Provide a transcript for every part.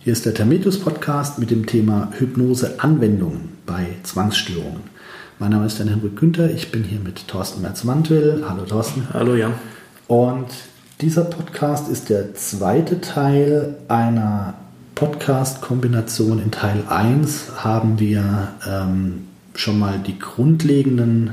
Hier ist der Termetus-Podcast mit dem Thema Hypnose-Anwendungen bei Zwangsstörungen. Mein Name ist Jan-Henrik Günther, ich bin hier mit Thorsten Merz-Mantwill. Hallo Thorsten. Hallo Jan. Und dieser Podcast ist der zweite Teil einer Podcast-Kombination. In Teil 1 haben wir schon mal die grundlegenden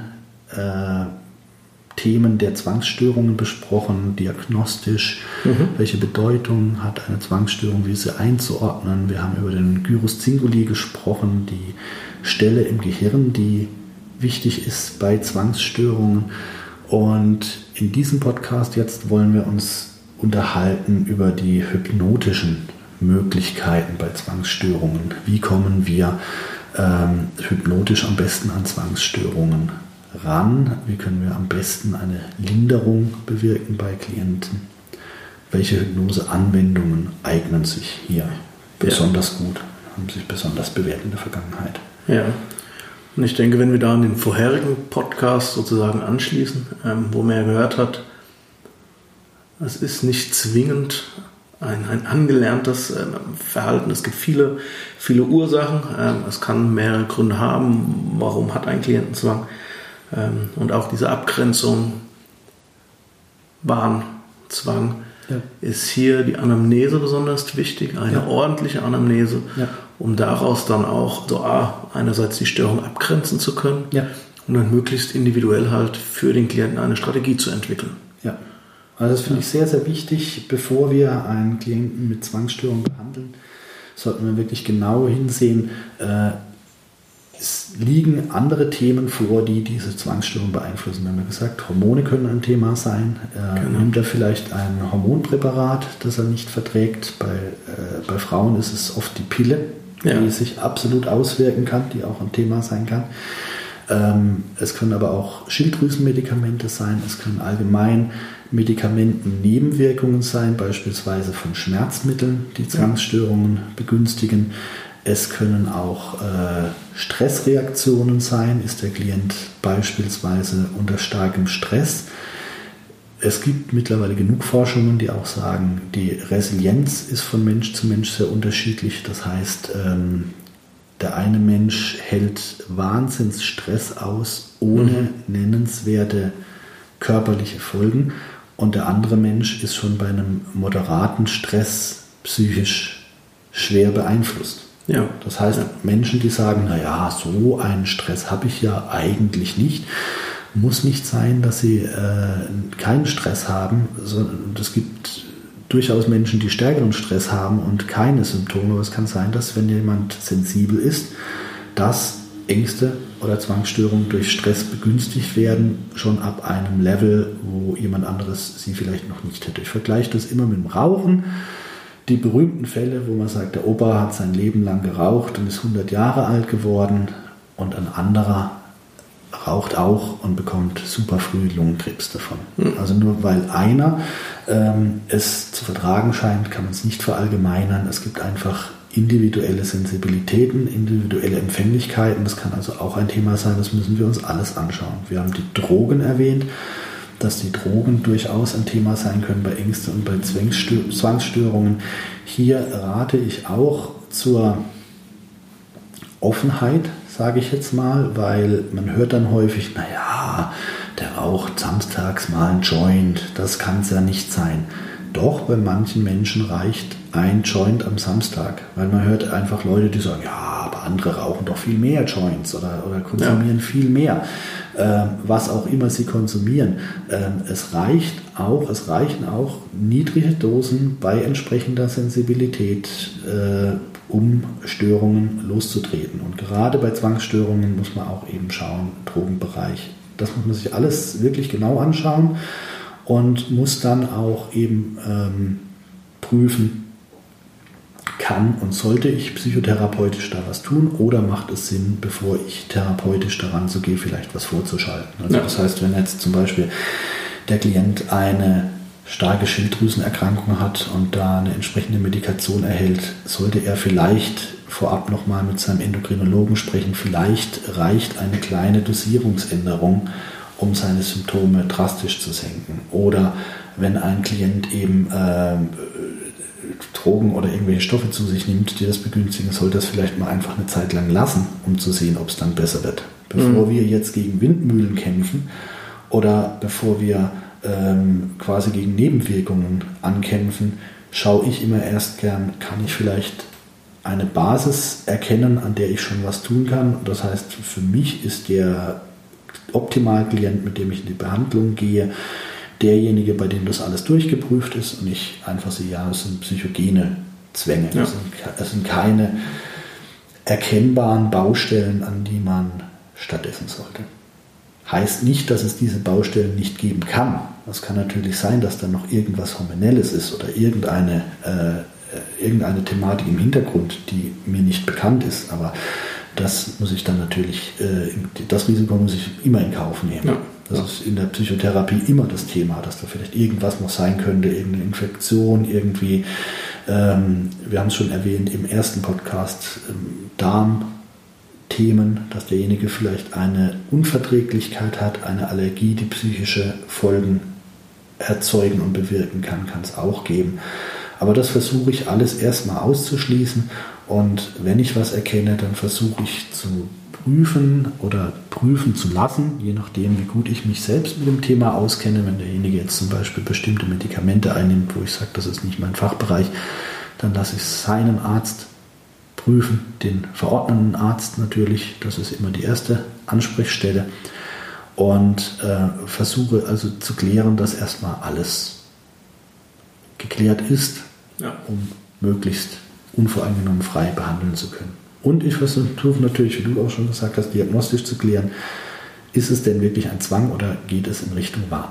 Themen der Zwangsstörungen besprochen, diagnostisch, welche Bedeutung hat eine Zwangsstörung, wie sie einzuordnen. Wir haben über den Gyrus Cinguli gesprochen, die Stelle im Gehirn, die wichtig ist bei Zwangsstörungen. Und in diesem Podcast jetzt wollen wir uns unterhalten über die hypnotischen Möglichkeiten bei Zwangsstörungen. Wie kommen wir hypnotisch am besten an Zwangsstörungen ran? Wie können wir am besten eine Linderung bewirken bei Klienten? Welche Hypnoseanwendungen eignen sich hier besonders gut, haben sich besonders bewährt in der Vergangenheit? Ja, und ich denke, wenn wir da an den vorherigen Podcast sozusagen anschließen, wo man ja gehört hat, es ist nicht zwingend ein angelerntes Verhalten. Es gibt viele Ursachen. Es kann mehrere Gründe haben, warum hat ein Klientenzwang. Und auch diese Abgrenzung Wahn, Zwang ist hier die Anamnese besonders wichtig, eine ordentliche Anamnese, um daraus dann auch so einerseits die Störung abgrenzen zu können und dann möglichst individuell halt für den Klienten eine Strategie zu entwickeln. Ja, also das finde ich sehr, sehr wichtig. Bevor wir einen Klienten mit Zwangsstörung behandeln, sollten wir wirklich genau hinsehen, es liegen andere Themen vor, die diese Zwangsstörung beeinflussen. Wir haben ja gesagt, Hormone können ein Thema sein. Nimmt er vielleicht ein Hormonpräparat, das er nicht verträgt? Bei Frauen ist es oft die Pille, die sich absolut auswirken kann, die auch ein Thema sein kann. Es können aber auch Schilddrüsenmedikamente sein. Es können allgemein Medikamentennebenwirkungen sein, beispielsweise von Schmerzmitteln, die Zwangsstörungen begünstigen. Es können auch Stressreaktionen sein. Ist der Klient beispielsweise unter starkem Stress? Es gibt mittlerweile genug Forschungen, die auch sagen, die Resilienz ist von Mensch zu Mensch sehr unterschiedlich. Das heißt, der eine Mensch hält Wahnsinnsstress aus, ohne nennenswerte körperliche Folgen. Und der andere Mensch ist schon bei einem moderaten Stress psychisch schwer beeinflusst. Ja. Das heißt, Menschen, die sagen, naja, so einen Stress habe ich ja eigentlich nicht, muss nicht sein, dass sie keinen Stress haben. Es gibt durchaus Menschen, die stärkeren Stress haben und keine Symptome. Aber es kann sein, dass wenn jemand sensibel ist, dass Ängste oder Zwangsstörungen durch Stress begünstigt werden, schon ab einem Level, wo jemand anderes sie vielleicht noch nicht hätte. Ich vergleiche das immer mit dem Rauchen. Die berühmten Fälle, wo man sagt, der Opa hat sein Leben lang geraucht und ist 100 Jahre alt geworden und ein anderer raucht auch und bekommt super früh Lungenkrebs davon. Also nur weil einer es zu vertragen scheint, kann man es nicht verallgemeinern. Es gibt einfach individuelle Sensibilitäten, individuelle Empfänglichkeiten. Das kann also auch ein Thema sein, das müssen wir uns alles anschauen. Wir haben die Drogen erwähnt, dass die Drogen durchaus ein Thema sein können bei Ängsten und bei Zwangsstörungen. Hier rate ich auch zur Offenheit, sage ich jetzt mal, weil man hört dann häufig, naja, der raucht samstags mal ein Joint, das kann es ja nicht sein. Doch, bei manchen Menschen reicht ein Joint am Samstag, weil man hört einfach Leute, die sagen, ja, aber andere rauchen doch viel mehr Joints oder konsumieren viel mehr, was auch immer sie konsumieren. Es reichen auch niedrige Dosen bei entsprechender Sensibilität, um Störungen loszutreten. Und gerade bei Zwangsstörungen muss man auch eben schauen, Drogenbereich. Das muss man sich alles wirklich genau anschauen und muss dann auch eben prüfen, kann und sollte ich psychotherapeutisch da was tun oder macht es Sinn, bevor ich therapeutisch daran so gehe, vielleicht was vorzuschalten. Also das heißt, wenn jetzt zum Beispiel der Klient eine starke Schilddrüsenerkrankung hat und da eine entsprechende Medikation erhält, sollte er vielleicht vorab nochmal mit seinem Endokrinologen sprechen. Vielleicht reicht eine kleine Dosierungsänderung, um seine Symptome drastisch zu senken. Oder wenn ein Klient eben Drogen oder irgendwelche Stoffe zu sich nimmt, die das begünstigen, soll das vielleicht mal einfach eine Zeit lang lassen, um zu sehen, ob es dann besser wird. Bevor wir jetzt gegen Windmühlen kämpfen oder bevor wir quasi gegen Nebenwirkungen ankämpfen, schaue ich immer erst gern, kann ich vielleicht eine Basis erkennen, an der ich schon was tun kann. Das heißt, für mich ist der Optimalklient, mit dem ich in die Behandlung gehe, derjenige, bei dem das alles durchgeprüft ist und ich einfach sehe, ja, das sind psychogene Zwänge. Ja. Das sind keine erkennbaren Baustellen, an die man stattdessen sollte. Heißt nicht, dass es diese Baustellen nicht geben kann. Es kann natürlich sein, dass da noch irgendwas Hormonelles ist oder irgendeine Thematik im Hintergrund, die mir nicht bekannt ist, aber das muss ich dann natürlich, das Risiko muss ich immer in Kauf nehmen. Ja. Das ist in der Psychotherapie immer das Thema, dass da vielleicht irgendwas noch sein könnte, irgendeine Infektion, irgendwie, wir haben es schon erwähnt im ersten Podcast, Darmthemen, dass derjenige vielleicht eine Unverträglichkeit hat, eine Allergie, die psychische Folgen erzeugen und bewirken kann es auch geben. Aber das versuche ich alles erstmal auszuschließen und wenn ich was erkenne, dann versuche ich zu prüfen oder prüfen zu lassen, je nachdem, wie gut ich mich selbst mit dem Thema auskenne. Wenn derjenige jetzt zum Beispiel bestimmte Medikamente einnimmt, wo ich sage, das ist nicht mein Fachbereich, dann lasse ich seinen Arzt prüfen, den verordnenden Arzt natürlich, das ist immer die erste Ansprechstelle und versuche also zu klären, dass erstmal alles geklärt ist, um möglichst unvoreingenommen frei behandeln zu können. Und ich versuche natürlich, wie du auch schon gesagt hast, diagnostisch zu klären, ist es denn wirklich ein Zwang oder geht es in Richtung Wahn?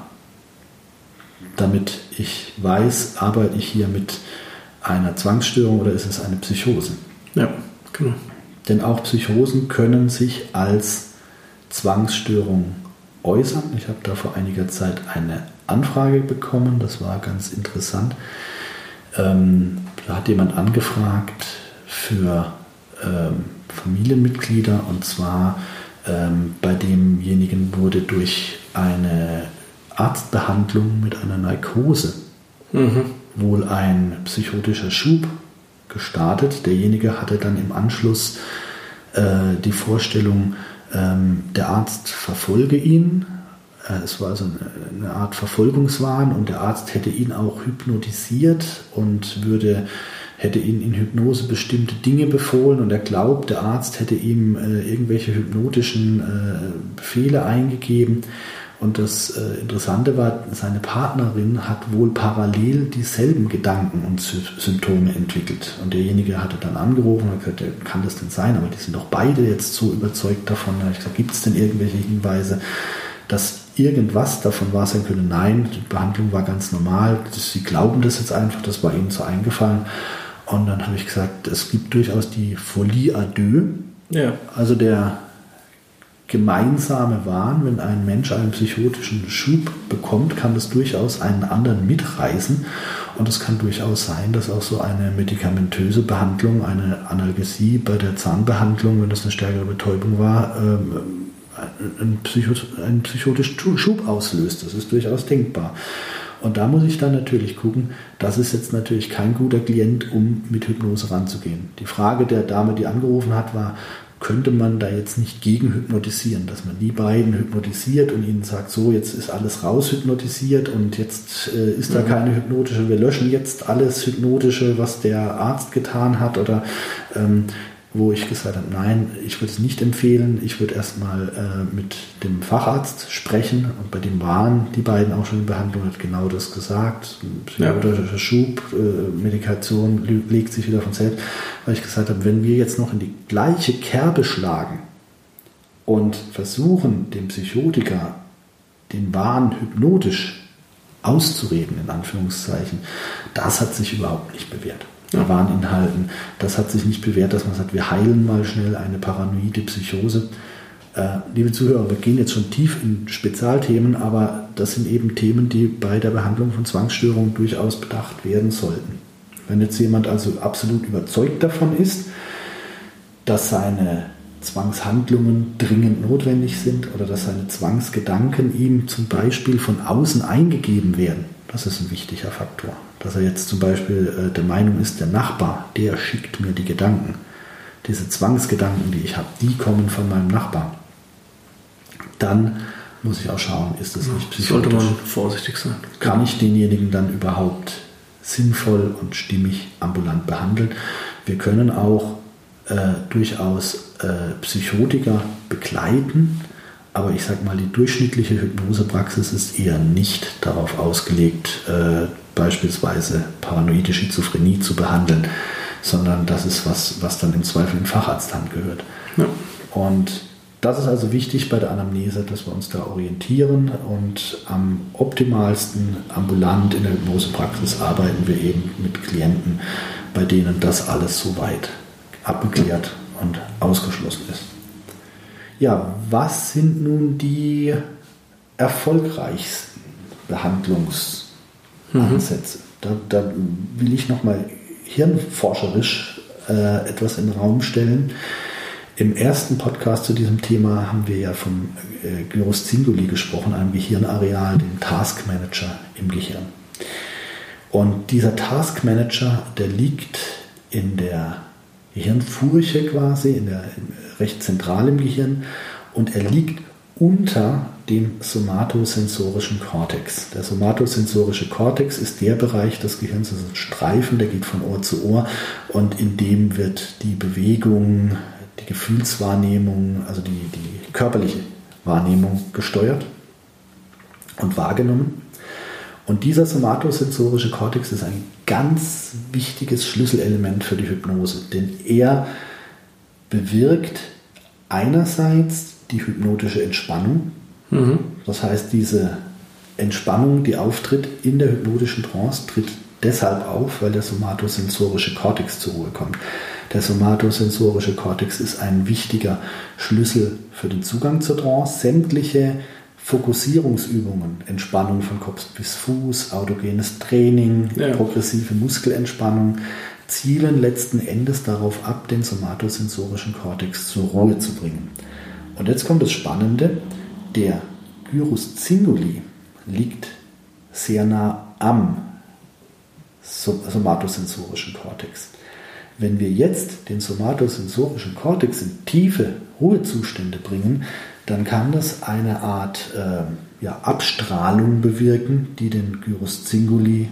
Damit ich weiß, arbeite ich hier mit einer Zwangsstörung oder ist es eine Psychose? Ja, genau. Denn auch Psychosen können sich als Zwangsstörung äußern. Ich habe da vor einiger Zeit eine Anfrage bekommen, das war ganz interessant. Da hat jemand angefragt für Familienmitglieder und zwar bei demjenigen wurde durch eine Arztbehandlung mit einer Narkose wohl ein psychotischer Schub gestartet. Derjenige hatte dann im Anschluss die Vorstellung, der Arzt verfolge ihn. Es war also eine Art Verfolgungswahn und der Arzt hätte ihn auch hypnotisiert und hätte ihm in Hypnose bestimmte Dinge befohlen und er glaubt, der Arzt hätte ihm irgendwelche hypnotischen Befehle eingegeben. Und das Interessante war, seine Partnerin hat wohl parallel dieselben Gedanken und Symptome entwickelt. Und derjenige hatte dann angerufen und gesagt, kann das denn sein? Aber die sind doch beide jetzt so überzeugt davon. Da habe ich gesagt, gibt es denn irgendwelche Hinweise, dass irgendwas davon wahr sein könnte? Nein, die Behandlung war ganz normal. Sie glauben das jetzt einfach, das war ihnen so eingefallen. Und dann habe ich gesagt, es gibt durchaus die Folie à deux. Ja. Also der gemeinsame Wahn, wenn ein Mensch einen psychotischen Schub bekommt, kann das durchaus einen anderen mitreißen und es kann durchaus sein, dass auch so eine medikamentöse Behandlung, eine Analgesie bei der Zahnbehandlung, wenn das eine stärkere Betäubung war, einen psychotischen Schub auslöst. Das ist durchaus denkbar. Und da muss ich dann natürlich gucken, das ist jetzt natürlich kein guter Klient, um mit Hypnose ranzugehen. Die Frage der Dame, die angerufen hat, war, könnte man da jetzt nicht gegen hypnotisieren, dass man die beiden hypnotisiert und ihnen sagt, so, jetzt ist alles raushypnotisiert und jetzt ist da keine hypnotische, wir löschen jetzt alles Hypnotische, was der Arzt getan hat oder wo ich gesagt habe, nein, ich würde es nicht empfehlen, ich würde erstmal mit dem Facharzt sprechen und bei dem waren die beiden auch schon in Behandlung, hat genau das gesagt, psychotischer Schub, Medikation legt sich wieder von selbst, weil ich gesagt habe, wenn wir jetzt noch in die gleiche Kerbe schlagen und versuchen, dem Psychotiker den Wahn hypnotisch auszureden, in Anführungszeichen, das hat sich überhaupt nicht bewährt. Warninhalten. Das hat sich nicht bewährt, dass man sagt, wir heilen mal schnell eine paranoide Psychose. Liebe Zuhörer, wir gehen jetzt schon tief in Spezialthemen, aber das sind eben Themen, die bei der Behandlung von Zwangsstörungen durchaus bedacht werden sollten. Wenn jetzt jemand also absolut überzeugt davon ist, dass seine Zwangshandlungen dringend notwendig sind oder dass seine Zwangsgedanken ihm zum Beispiel von außen eingegeben werden, Das ist ein wichtiger Faktor. Dass er jetzt zum Beispiel der Meinung ist, der Nachbar, der schickt mir die Gedanken. Diese Zwangsgedanken, die ich habe, die kommen von meinem Nachbar. Dann muss ich auch schauen, ist das nicht psychotisch? Sollte man vorsichtig sein. Kann ich denjenigen dann überhaupt sinnvoll und stimmig ambulant behandeln? Wir können auch durchaus Psychotiker begleiten, aber ich sage mal, die durchschnittliche Hypnosepraxis ist eher nicht darauf ausgelegt, beispielsweise paranoide Schizophrenie zu behandeln, sondern das ist was dann im Zweifel in Facharzthand gehört. Ja. Und das ist also wichtig bei der Anamnese, dass wir uns da orientieren, und am optimalsten ambulant in der Hypnosepraxis arbeiten wir eben mit Klienten, bei denen das alles soweit abgeklärt und ausgeschlossen ist. Ja, was sind nun die erfolgreichsten Behandlungsansätze? Da will ich nochmal hirnforscherisch etwas in den Raum stellen. Im ersten Podcast zu diesem Thema haben wir ja vom Gyrus Zinguli gesprochen, einem Gehirnareal, dem Task Manager im Gehirn. Und dieser Task Manager, der liegt in der Gehirnfurche quasi, recht zentral im Gehirn, und er liegt unter dem somatosensorischen Kortex. Der somatosensorische Kortex ist der Bereich des Gehirns, das ist ein Streifen, der geht von Ohr zu Ohr, und in dem wird die Bewegung, die Gefühlswahrnehmung, also die körperliche Wahrnehmung gesteuert und wahrgenommen. Und dieser somatosensorische Kortex ist ein ganz wichtiges Schlüsselelement für die Hypnose, denn er bewirkt einerseits die hypnotische Entspannung. Das heißt, diese Entspannung, die auftritt in der hypnotischen Trance, tritt deshalb auf, weil der somatosensorische Kortex zur Ruhe kommt. Der somatosensorische Kortex ist ein wichtiger Schlüssel für den Zugang zur Trance. Sämtliche Fokussierungsübungen, Entspannung von Kopf bis Fuß, autogenes Training, progressive Muskelentspannung, zielen letzten Endes darauf ab, den somatosensorischen Kortex zur Ruhe zu bringen. Und jetzt kommt das Spannende, der Gyrus Zinguli liegt sehr nah am somatosensorischen Kortex. Wenn wir jetzt den somatosensorischen Kortex in tiefe Ruhezustände bringen, dann kann das eine Art Abstrahlung bewirken, die den Gyrus Zinguli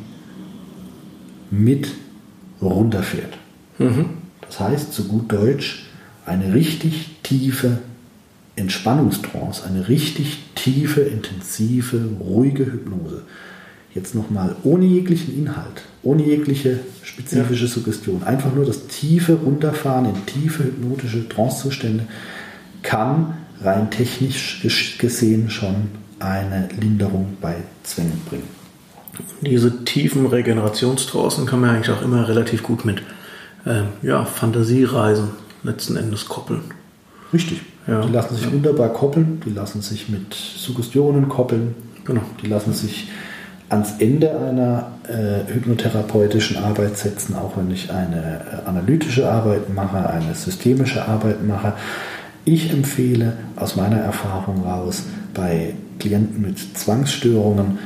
mit runterfährt. Das heißt, zu gut Deutsch, eine richtig tiefe Entspannungstrance, eine richtig tiefe, intensive, ruhige Hypnose. Jetzt nochmal ohne jeglichen Inhalt, ohne jegliche spezifische Suggestion. Einfach nur das tiefe Runterfahren in tiefe hypnotische Trancezustände kann rein technisch gesehen schon eine Linderung bei Zwängen bringen. Diese tiefen Regenerationstrancen kann man eigentlich auch immer relativ gut mit Fantasiereisen letzten Endes koppeln. Richtig. Ja. Die lassen sich wunderbar koppeln, die lassen sich mit Suggestionen koppeln, genau. Die lassen sich ans Ende einer hypnotherapeutischen Arbeit setzen, auch wenn ich eine analytische Arbeit mache, eine systemische Arbeit mache. Ich empfehle aus meiner Erfahrung raus, bei Klienten mit Zwangsstörungen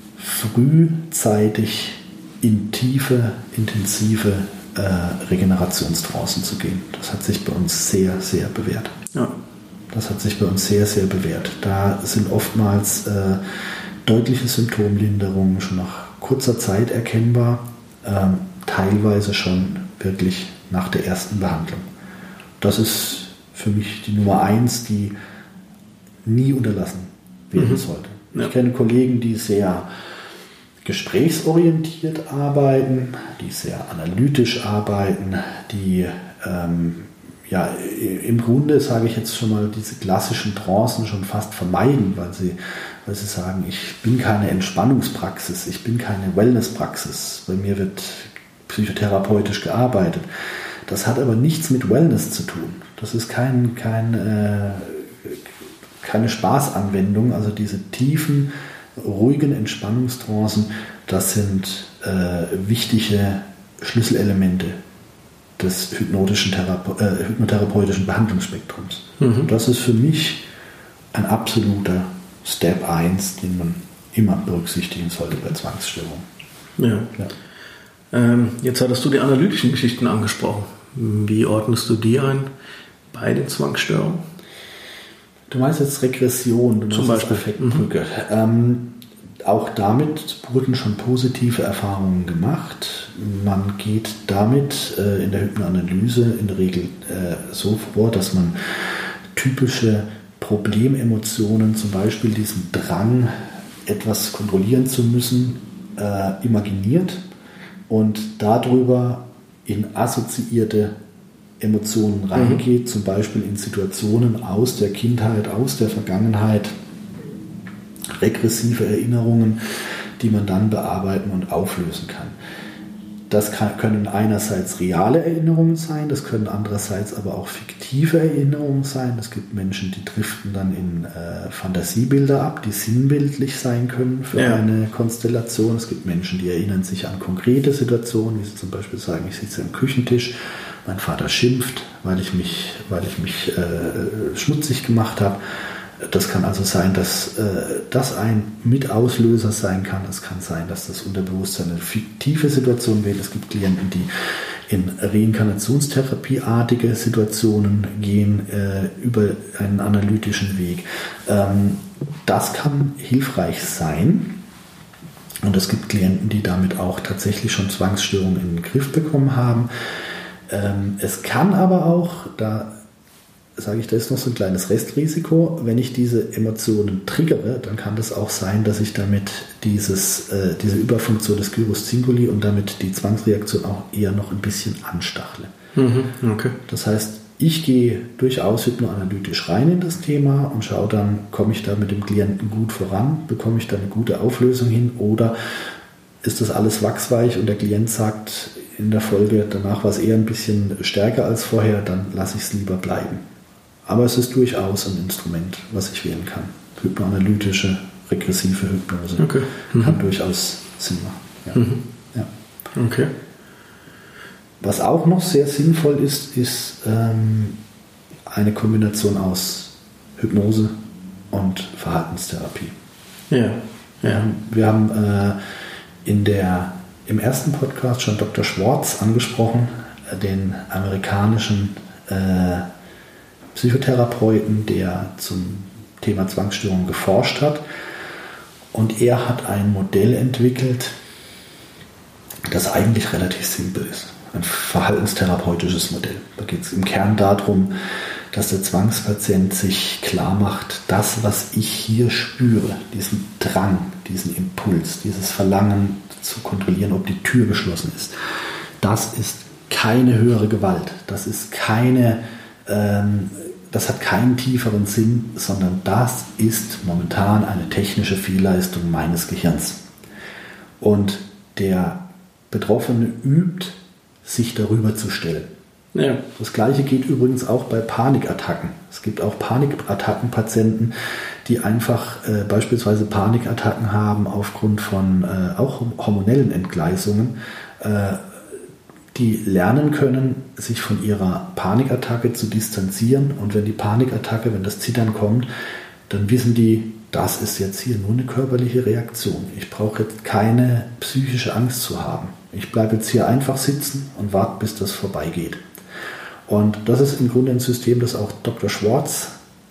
frühzeitig in tiefe, intensive Regenerationstrancen zu gehen. Das hat sich bei uns sehr, sehr bewährt. Ja. Das hat sich bei uns sehr, sehr bewährt. Da sind oftmals deutliche Symptomlinderungen schon nach kurzer Zeit erkennbar, teilweise schon wirklich nach der ersten Behandlung. Das ist für mich die Nummer 1, die nie unterlassen werden sollte. Ja. Ich kenne Kollegen, die sehr gesprächsorientiert arbeiten, die sehr analytisch arbeiten, die im Grunde, sage ich jetzt schon mal, diese klassischen Trancen schon fast vermeiden, weil sie sagen, ich bin keine Entspannungspraxis, ich bin keine Wellnesspraxis, bei mir wird psychotherapeutisch gearbeitet. Das hat aber nichts mit Wellness zu tun. Das ist keine Spaßanwendung, also diese tiefen, ruhigen Entspannungstrancen, das sind wichtige Schlüsselelemente des hypnotherapeutischen Behandlungsspektrums. Das ist für mich ein absoluter Step 1, den man immer berücksichtigen sollte bei Zwangsstörungen. Ja. Jetzt hattest du die analytischen Geschichten angesprochen. Wie ordnest du die ein bei den Zwangsstörungen? Du meinst jetzt Regression, zum Beispiel Affektbrücke. Auch damit wurden schon positive Erfahrungen gemacht. Man geht damit in der Hypnoanalyse in der Regel so vor, dass man typische Problememotionen, zum Beispiel diesen Drang, etwas kontrollieren zu müssen, imaginiert und darüber in assoziierte Emotionen reingeht, zum Beispiel in Situationen aus der Kindheit, aus der Vergangenheit, regressive Erinnerungen, die man dann bearbeiten und auflösen kann. Das können einerseits reale Erinnerungen sein, das können andererseits aber auch fiktive Erinnerungen sein. Es gibt Menschen, die driften dann in Fantasiebilder ab, die sinnbildlich sein können für eine Konstellation. Es gibt Menschen, die erinnern sich an konkrete Situationen, wie sie zum Beispiel sagen, ich sitze am Küchentisch, mein Vater schimpft, weil ich mich schmutzig gemacht habe. Das kann also sein, dass das ein Mitauslöser sein kann. Es kann sein, dass das Unterbewusstsein eine fiktive Situation wählt. Es gibt Klienten, die in Reinkarnationstherapieartige Situationen gehen über einen analytischen Weg. Das kann hilfreich sein. Und es gibt Klienten, die damit auch tatsächlich schon Zwangsstörungen in den Griff bekommen haben. Es kann aber auch, da sage ich, da ist noch so ein kleines Restrisiko. Wenn ich diese Emotionen triggere, dann kann das auch sein, dass ich damit diese Überfunktion des Gyrus Zinguli und damit die Zwangsreaktion auch eher noch ein bisschen anstachle. Okay. Das heißt, ich gehe durchaus hypnoanalytisch rein in das Thema und schaue dann, komme ich da mit dem Klienten gut voran, bekomme ich da eine gute Auflösung hin oder ist das alles wachsweich und der Klient sagt in der Folge, danach war es eher ein bisschen stärker als vorher, dann lasse ich es lieber bleiben. Aber es ist durchaus ein Instrument, was ich wählen kann. Hypnoanalytische, regressive Hypnose kann durchaus Sinn machen. Ja. Okay. Was auch noch sehr sinnvoll ist eine Kombination aus Hypnose und Verhaltenstherapie. Ja. Wir haben im ersten Podcast schon Dr. Schwartz angesprochen, den amerikanischen Psychotherapeuten, der zum Thema Zwangsstörung geforscht hat. Und er hat ein Modell entwickelt, das eigentlich relativ simpel ist. Ein verhaltenstherapeutisches Modell. Da geht es im Kern darum, dass der Zwangspatient sich klar macht, das, was ich hier spüre, diesen Drang, diesen Impuls, dieses Verlangen zu kontrollieren, ob die Tür geschlossen ist, das ist keine höhere Gewalt. Das ist das hat keinen tieferen Sinn, sondern das ist momentan eine technische Fehlleistung meines Gehirns. Und der Betroffene übt, sich darüber zu stellen. Ja. Das Gleiche geht übrigens auch bei Panikattacken. Es gibt auch Panikattackenpatienten, die einfach beispielsweise Panikattacken haben aufgrund von auch hormonellen Entgleisungen, die lernen können, sich von ihrer Panikattacke zu distanzieren. Und wenn das Zittern kommt, dann wissen die, das ist jetzt hier nur eine körperliche Reaktion. Ich brauche jetzt keine psychische Angst zu haben. Ich bleibe jetzt hier einfach sitzen und warte, bis das vorbeigeht. Und das ist im Grunde ein System, das auch Dr. Schwartz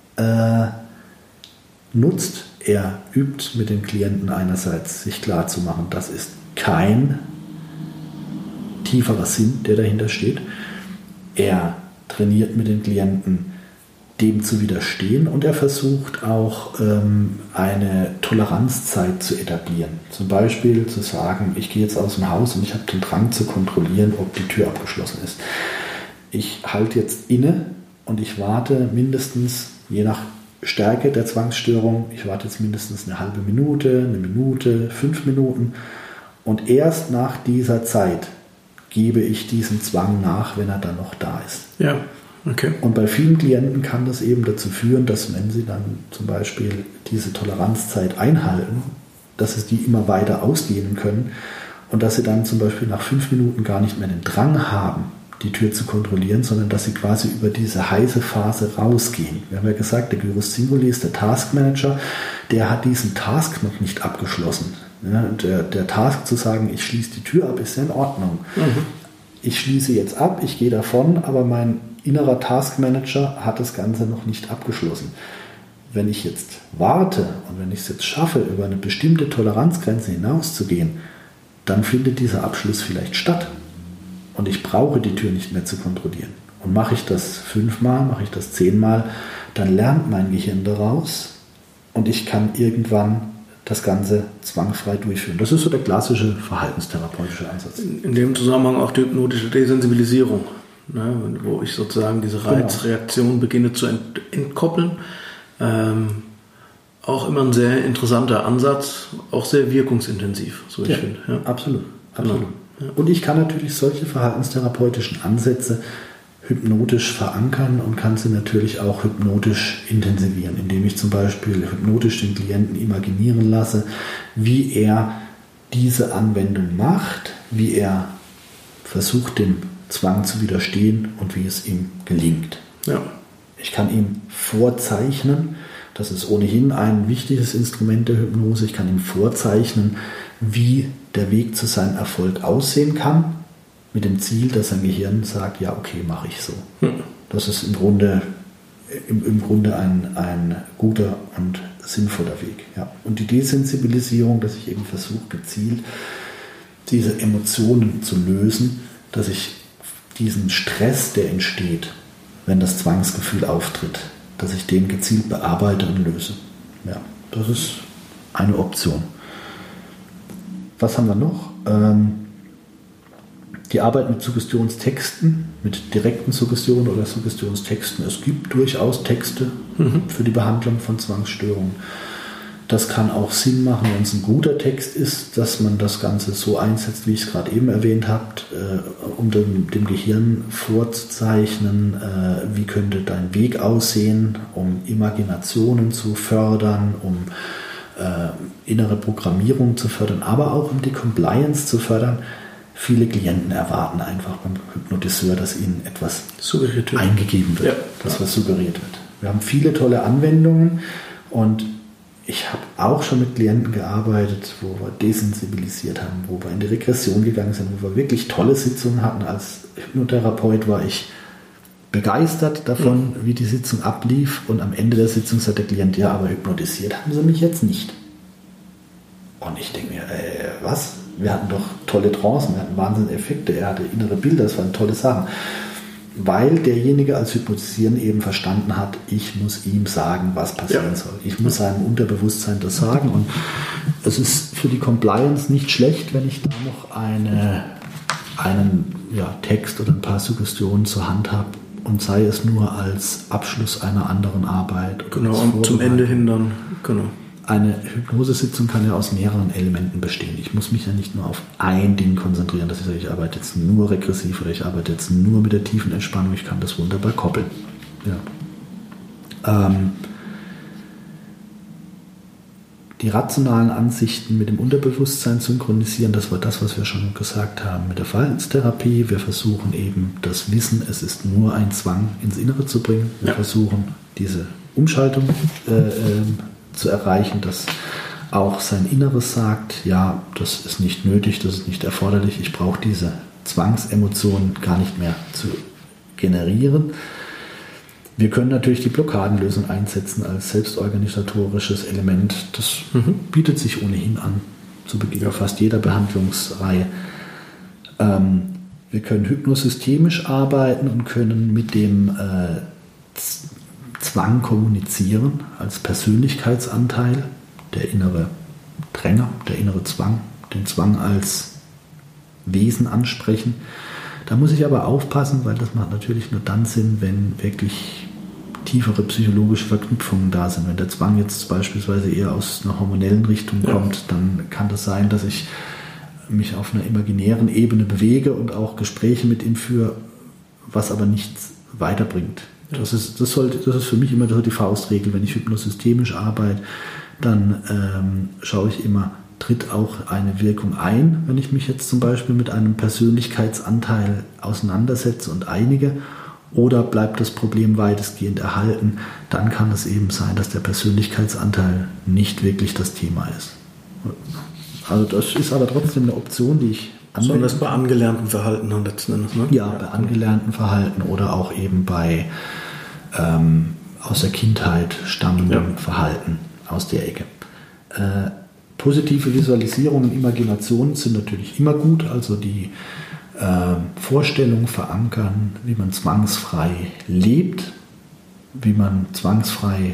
nutzt. Er übt mit den Klienten einerseits, sich klar zu machen, das ist kein tieferer Sinn, der dahinter steht. Er trainiert mit den Klienten, dem zu widerstehen, und er versucht auch eine Toleranzzeit zu etablieren. Zum Beispiel zu sagen, ich gehe jetzt aus dem Haus und ich habe den Drang zu kontrollieren, ob die Tür abgeschlossen ist. Ich halte jetzt inne und ich warte mindestens, je nach Stärke der Zwangsstörung, ich warte jetzt mindestens eine halbe Minute, 1 Minute, 5 Minuten, und erst nach dieser Zeit gebe ich diesem Zwang nach, wenn er dann noch da ist. Ja, okay. Und bei vielen Klienten kann das eben dazu führen, dass, wenn sie dann zum Beispiel diese Toleranzzeit einhalten, dass sie die immer weiter ausdehnen können und dass sie dann zum Beispiel nach 5 Minuten gar nicht mehr den Drang haben, die Tür zu kontrollieren, sondern dass sie quasi über diese heiße Phase rausgehen. Wir haben ja gesagt, der Gyrus Singuli ist der Taskmanager, der hat diesen Task noch nicht abgeschlossen. Ja, der Task zu sagen, ich schließe die Tür ab, ist ja in Ordnung. Ich schließe jetzt ab, ich gehe davon, aber mein innerer Taskmanager hat das Ganze noch nicht abgeschlossen. Wenn ich jetzt warte und wenn ich es jetzt schaffe, über eine bestimmte Toleranzgrenze hinauszugehen, dann findet dieser Abschluss vielleicht statt. Und ich brauche die Tür nicht mehr zu kontrollieren. Und mache ich das 5-mal, mache ich das 10-mal, dann lernt mein Gehirn daraus und ich kann irgendwann das Ganze zwangfrei durchführen. Das ist so der klassische verhaltenstherapeutische Ansatz. In dem Zusammenhang auch die hypnotische Desensibilisierung, ne, wo ich sozusagen diese Reizreaktion beginne zu entkoppeln. Auch immer ein sehr interessanter Ansatz, auch sehr wirkungsintensiv, so ich finde. Ja. Absolut. Genau. Ja. Und ich kann natürlich solche verhaltenstherapeutischen Ansätze hypnotisch verankern und kann sie natürlich auch hypnotisch intensivieren, indem ich zum Beispiel hypnotisch den Klienten imaginieren lasse, wie er diese Anwendung macht, wie er versucht, dem Zwang zu widerstehen und wie es ihm gelingt. Ja. Ich kann ihm vorzeichnen, das ist ohnehin ein wichtiges Instrument der Hypnose, ich kann ihm vorzeichnen, wie der Weg zu seinem Erfolg aussehen kann, mit dem Ziel, dass sein Gehirn sagt, ja, okay, mache ich so. Das ist im Grunde ein guter und sinnvoller Weg. Ja. Und die Desensibilisierung, dass ich eben versuche, gezielt diese Emotionen zu lösen, dass ich diesen Stress, der entsteht, wenn das Zwangsgefühl auftritt, dass ich den gezielt bearbeite und löse. Ja, das ist eine Option. Was haben wir noch? Die Arbeit mit Suggestionstexten, mit direkten Suggestionen oder Suggestionstexten. Es gibt durchaus Texte für die Behandlung von Zwangsstörungen. Das kann auch Sinn machen, wenn es ein guter Text ist, dass man das Ganze so einsetzt, wie ich es gerade eben erwähnt habe, um dem Gehirn vorzuzeichnen, wie könnte dein Weg aussehen, um Imaginationen zu fördern, um innere Programmierung zu fördern, aber auch um die Compliance zu fördern. Viele Klienten erwarten einfach beim Hypnotiseur, dass ihnen etwas eingegeben wird, dass was suggeriert wird. Wir haben viele tolle Anwendungen und ich habe auch schon mit Klienten gearbeitet, wo wir desensibilisiert haben, wo wir in die Regression gegangen sind, wo wir wirklich tolle Sitzungen hatten. Als Hypnotherapeut war ich begeistert davon, wie die Sitzung ablief. Und am Ende der Sitzung sagt der Klient, ja, aber hypnotisiert haben sie mich jetzt nicht. Und ich denke mir, was? Wir hatten doch tolle Trancen, wir hatten wahnsinnige Effekte, er hatte innere Bilder, das waren tolle Sachen. Weil derjenige als Hypnotisieren eben verstanden hat, ich muss ihm sagen, was passieren soll. Ich muss seinem Unterbewusstsein das sagen. Und es ist für die Compliance nicht schlecht, wenn ich da noch einen Text oder ein paar Suggestionen zur Hand habe und sei es nur als Abschluss einer anderen Arbeit. Genau, und zum Ende hin dann, genau. Eine Hypnosesitzung kann ja aus mehreren Elementen bestehen. Ich muss mich ja nicht nur auf ein Ding konzentrieren, dass ich sage, ich arbeite jetzt nur regressiv oder ich arbeite jetzt nur mit der tiefen Entspannung. Ich kann das wunderbar koppeln. Ja. Die rationalen Ansichten mit dem Unterbewusstsein synchronisieren, das war das, was wir schon gesagt haben mit der Verhaltenstherapie. Wir versuchen eben das Wissen, es ist nur ein Zwang, ins Innere zu bringen. Wir versuchen diese Umschaltung zu erreichen, dass auch sein Inneres sagt, ja, das ist nicht nötig, das ist nicht erforderlich, ich brauche diese Zwangsemotionen gar nicht mehr zu generieren. Wir können natürlich die Blockadenlösung einsetzen als selbstorganisatorisches Element. Das bietet sich ohnehin an, zu Beginn fast jeder Behandlungsreihe. Wir können hypnosystemisch arbeiten und können mit dem Zwang kommunizieren als Persönlichkeitsanteil, der innere Dränger, der innere Zwang, den Zwang als Wesen ansprechen. Da muss ich aber aufpassen, weil das macht natürlich nur dann Sinn, wenn wirklich tiefere psychologische Verknüpfungen da sind. Wenn der Zwang jetzt beispielsweise eher aus einer hormonellen Richtung kommt, dann kann das sein, dass ich mich auf einer imaginären Ebene bewege und auch Gespräche mit ihm führe, was aber nichts weiterbringt. Das ist für mich immer die Faustregel. Wenn ich hypnosystemisch arbeite, dann schaue ich immer, tritt auch eine Wirkung ein, wenn ich mich jetzt zum Beispiel mit einem Persönlichkeitsanteil auseinandersetze und einige, oder bleibt das Problem weitestgehend erhalten, dann kann es eben sein, dass der Persönlichkeitsanteil nicht wirklich das Thema ist. Also das ist aber trotzdem eine Option, die ich anwende. Sondern das bei angelernten Verhalten dann letzten Endes, ne? Ja, bei angelernten Verhalten oder auch eben bei aus der Kindheit stammendem Verhalten aus der Ecke. Positive Visualisierung und Imagination sind natürlich immer gut, also die Vorstellung verankern, wie man zwangsfrei lebt, wie man zwangsfrei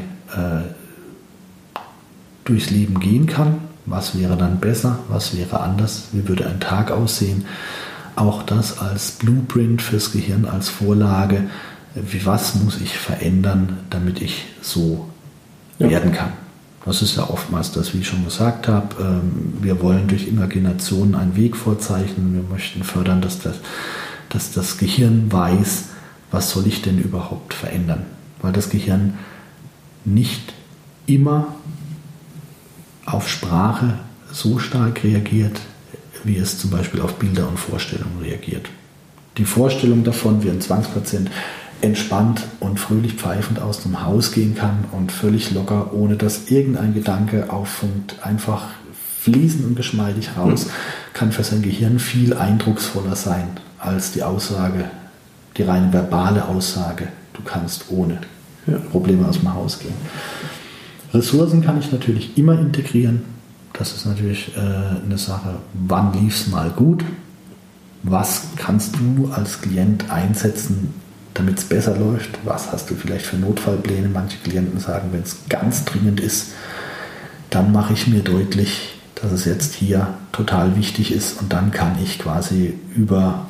durchs Leben gehen kann. Was wäre dann besser? Was wäre anders? Wie würde ein Tag aussehen? Auch das als Blueprint fürs Gehirn, als Vorlage. Was muss ich verändern, damit ich so werden kann? Das ist ja oftmals das, wie ich schon gesagt habe. Wir wollen durch Imagination einen Weg vorzeichnen. Wir möchten fördern, dass das Gehirn weiß, was soll ich denn überhaupt verändern? Weil das Gehirn nicht immer auf Sprache so stark reagiert, wie es zum Beispiel auf Bilder und Vorstellungen reagiert. Die Vorstellung davon, wie ein Zwangspatient entspannt und fröhlich pfeifend aus dem Haus gehen kann und völlig locker, ohne dass irgendein Gedanke auffunkt, einfach fließend und geschmeidig raus, kann für sein Gehirn viel eindrucksvoller sein als die Aussage, die rein verbale Aussage, du kannst ohne Probleme aus dem Haus gehen. Ressourcen kann ich natürlich immer integrieren. Das ist natürlich eine Sache, wann lief es mal gut? Was kannst du als Klient einsetzen, damit es besser läuft? Was hast du vielleicht für Notfallpläne? Manche Klienten sagen, wenn es ganz dringend ist, dann mache ich mir deutlich, dass es jetzt hier total wichtig ist und dann kann ich quasi über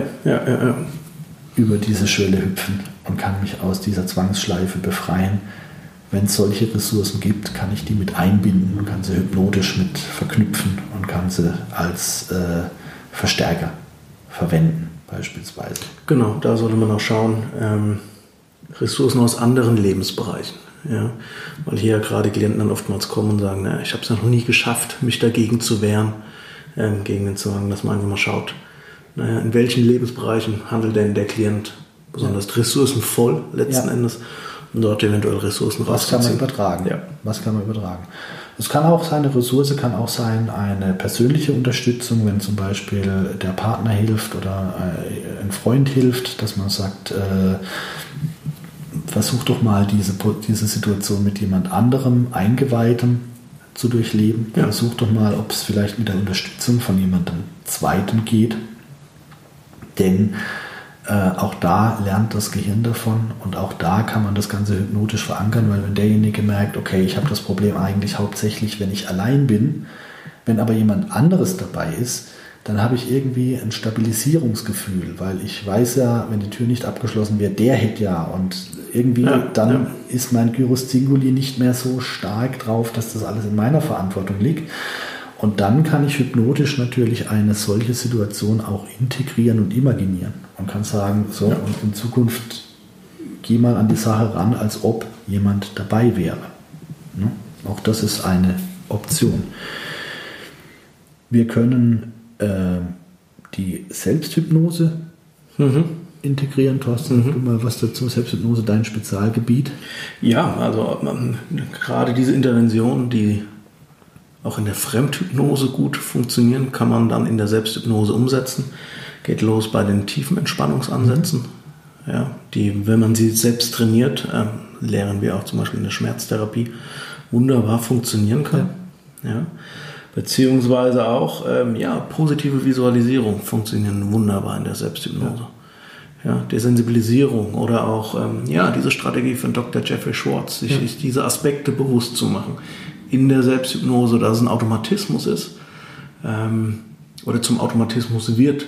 diese Schwelle hüpfen und kann mich aus dieser Zwangsschleife befreien. Wenn es solche Ressourcen gibt, kann ich die mit einbinden und kann sie hypnotisch mit verknüpfen und kann sie als Verstärker verwenden, beispielsweise. Genau, da sollte man auch schauen, Ressourcen aus anderen Lebensbereichen. Ja? Weil hier gerade Klienten dann oftmals kommen und sagen, ich habe es ja noch nie geschafft, mich dagegen zu wehren, gegen den Zwang, dass man einfach mal schaut, in welchen Lebensbereichen handelt denn der Klient besonders ressourcenvoll letzten Endes, und dort eventuell Ressourcen rausziehen. Was kann man übertragen? Ja. Was kann man übertragen? Es kann auch sein, eine Ressource kann auch sein, eine persönliche Unterstützung, wenn zum Beispiel der Partner hilft oder ein Freund hilft, dass man sagt, versuch doch mal diese Situation mit jemand anderem, Eingeweihtem zu durchleben. Ja. Versuch doch mal, ob es vielleicht mit der Unterstützung von jemandem Zweiten geht. Denn auch da lernt das Gehirn davon und auch da kann man das Ganze hypnotisch verankern, weil wenn derjenige merkt, okay, ich habe das Problem eigentlich hauptsächlich, wenn ich allein bin, wenn aber jemand anderes dabei ist, dann habe ich irgendwie ein Stabilisierungsgefühl, weil ich weiß ja, wenn die Tür nicht abgeschlossen wäre, der hätte ja und irgendwie ist mein Gyrus Singuli nicht mehr so stark drauf, dass das alles in meiner Verantwortung liegt. Und dann kann ich hypnotisch natürlich eine solche Situation auch integrieren und imaginieren und kann sagen, so, und in Zukunft geh mal an die Sache ran, als ob jemand dabei wäre. Ne? Auch das ist eine Option. Wir können die Selbsthypnose integrieren. Thorsten, sag du mal was dazu, Selbsthypnose, dein Spezialgebiet? Ja, also gerade diese Interventionen, die auch in der Fremdhypnose gut funktionieren, kann man dann in der Selbsthypnose umsetzen. Geht los bei den tiefen Entspannungsansätzen, die, wenn man sie selbst trainiert, lernen wir auch zum Beispiel in der Schmerztherapie, wunderbar funktionieren kann. Ja. Beziehungsweise auch positive Visualisierung funktionieren wunderbar in der Selbsthypnose. Ja, Desensibilisierung oder auch diese Strategie von Dr. Jeffrey Schwartz, sich diese Aspekte bewusst zu machen in der Selbsthypnose, dass es ein Automatismus ist oder zum Automatismus wird,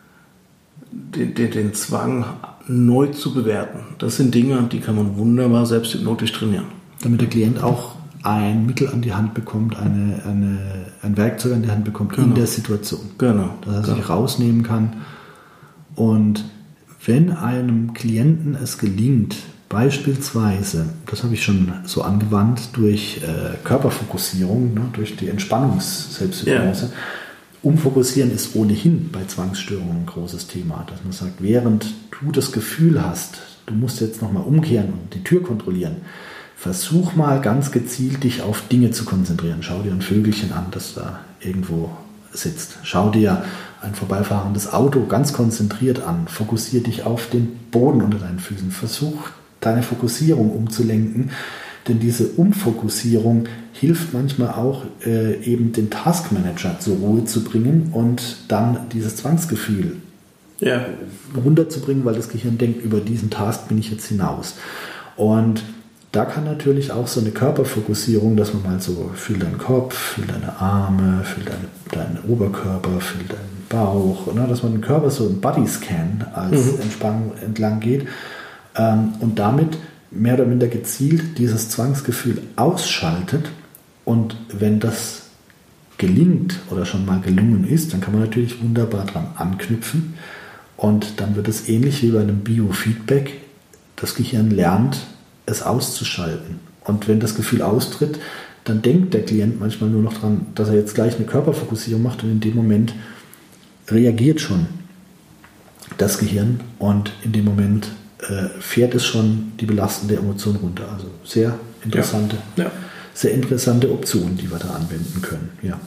den Zwang neu zu bewerten. Das sind Dinge, die kann man wunderbar selbsthypnotisch trainieren. Damit der Klient auch ein Mittel an die Hand bekommt, ein Werkzeug an die Hand bekommt in der Situation. Genau. Dass er sich rausnehmen kann und wenn einem Klienten es gelingt, beispielsweise, das habe ich schon so angewandt, durch Körperfokussierung, ne, durch die Entspannungs-Selbsthypnose. Umfokussieren ist ohnehin bei Zwangsstörungen ein großes Thema, dass man sagt, während du das Gefühl hast, du musst jetzt nochmal umkehren und die Tür kontrollieren, versuch mal ganz gezielt dich auf Dinge zu konzentrieren. Schau dir ein Vögelchen an, das da irgendwo sitzt. Schau dir ein vorbeifahrendes Auto ganz konzentriert an. Fokussier dich auf den Boden unter deinen Füßen. Versuch deine Fokussierung umzulenken, denn diese Umfokussierung hilft manchmal auch, eben den Taskmanager zur Ruhe zu bringen und dann dieses Zwangsgefühl runterzubringen, weil das Gehirn denkt, über diesen Task bin ich jetzt hinaus. Und da kann natürlich auch so eine Körperfokussierung, dass man mal so, fühl deinen Kopf, fühl deine Arme, fühl deinen Oberkörper, fühl deinen Bauch, ne, dass man den Körper so im Bodyscan als Entspannung entlang geht und damit mehr oder minder gezielt dieses Zwangsgefühl ausschaltet. Und wenn das gelingt oder schon mal gelungen ist, dann kann man natürlich wunderbar dran anknüpfen und dann wird es ähnlich wie bei einem Biofeedback. Das Gehirn lernt, es auszuschalten. Und wenn das Gefühl austritt, dann denkt der Klient manchmal nur noch dran, dass er jetzt gleich eine Körperfokussierung macht und in dem Moment reagiert schon das Gehirn und in dem Moment fährt es schon die belastende Emotion runter. Also sehr interessante Option, die wir da anwenden können. Ja.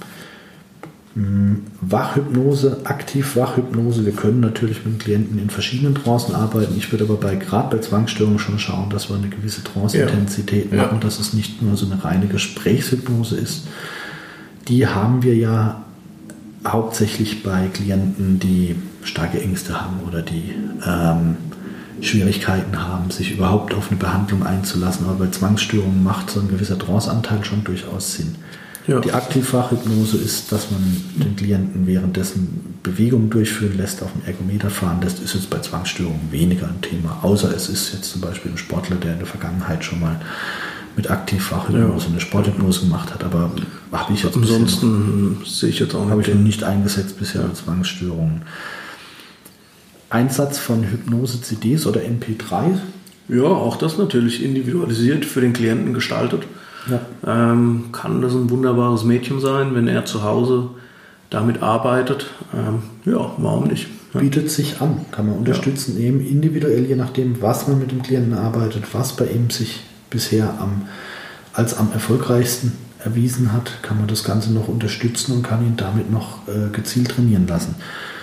Wachhypnose, Aktiv-Wachhypnose. Wir können natürlich mit dem Klienten in verschiedenen Trancen arbeiten. Ich würde aber gerade bei Zwangsstörungen schon schauen, dass wir eine gewisse Trance-Intensität machen, dass es nicht nur so eine reine Gesprächshypnose ist. Die haben wir ja hauptsächlich bei Klienten, die starke Ängste haben oder die Schwierigkeiten haben, sich überhaupt auf eine Behandlung einzulassen. Aber bei Zwangsstörungen macht so ein gewisser Trance-Anteil schon durchaus Sinn. Ja. Die Aktivfachhypnose ist, dass man den Klienten währenddessen Bewegungen durchführen lässt, auf dem Ergometer fahren lässt, ist jetzt bei Zwangsstörungen weniger ein Thema. Außer es ist jetzt zum Beispiel ein Sportler, der in der Vergangenheit schon mal mit Aktivfachhypnose eine Sporthypnose gemacht hat. Aber habe ich jetzt ansonsten sehe ich jetzt auch habe ich nicht eingesetzt bisher mit Zwangsstörungen. Einsatz von Hypnose-CDs oder MP3? Ja, auch das natürlich individualisiert für den Klienten gestaltet. Ja. Kann das ein wunderbares Medium sein, wenn er zu Hause damit arbeitet. Warum nicht? Ja. Bietet sich an, kann man unterstützen, eben individuell, je nachdem, was man mit dem Klienten arbeitet, was bei ihm sich bisher als am erfolgreichsten erwiesen hat, kann man das Ganze noch unterstützen und kann ihn damit noch gezielt trainieren lassen.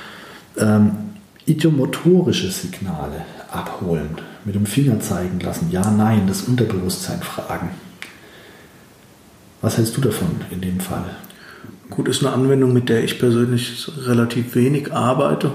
Idiomotorische Signale abholen, mit dem Finger zeigen lassen, ja, nein, das Unterbewusstsein fragen. Was hältst du davon in dem Fall? Gut, ist eine Anwendung, mit der ich persönlich relativ wenig arbeite.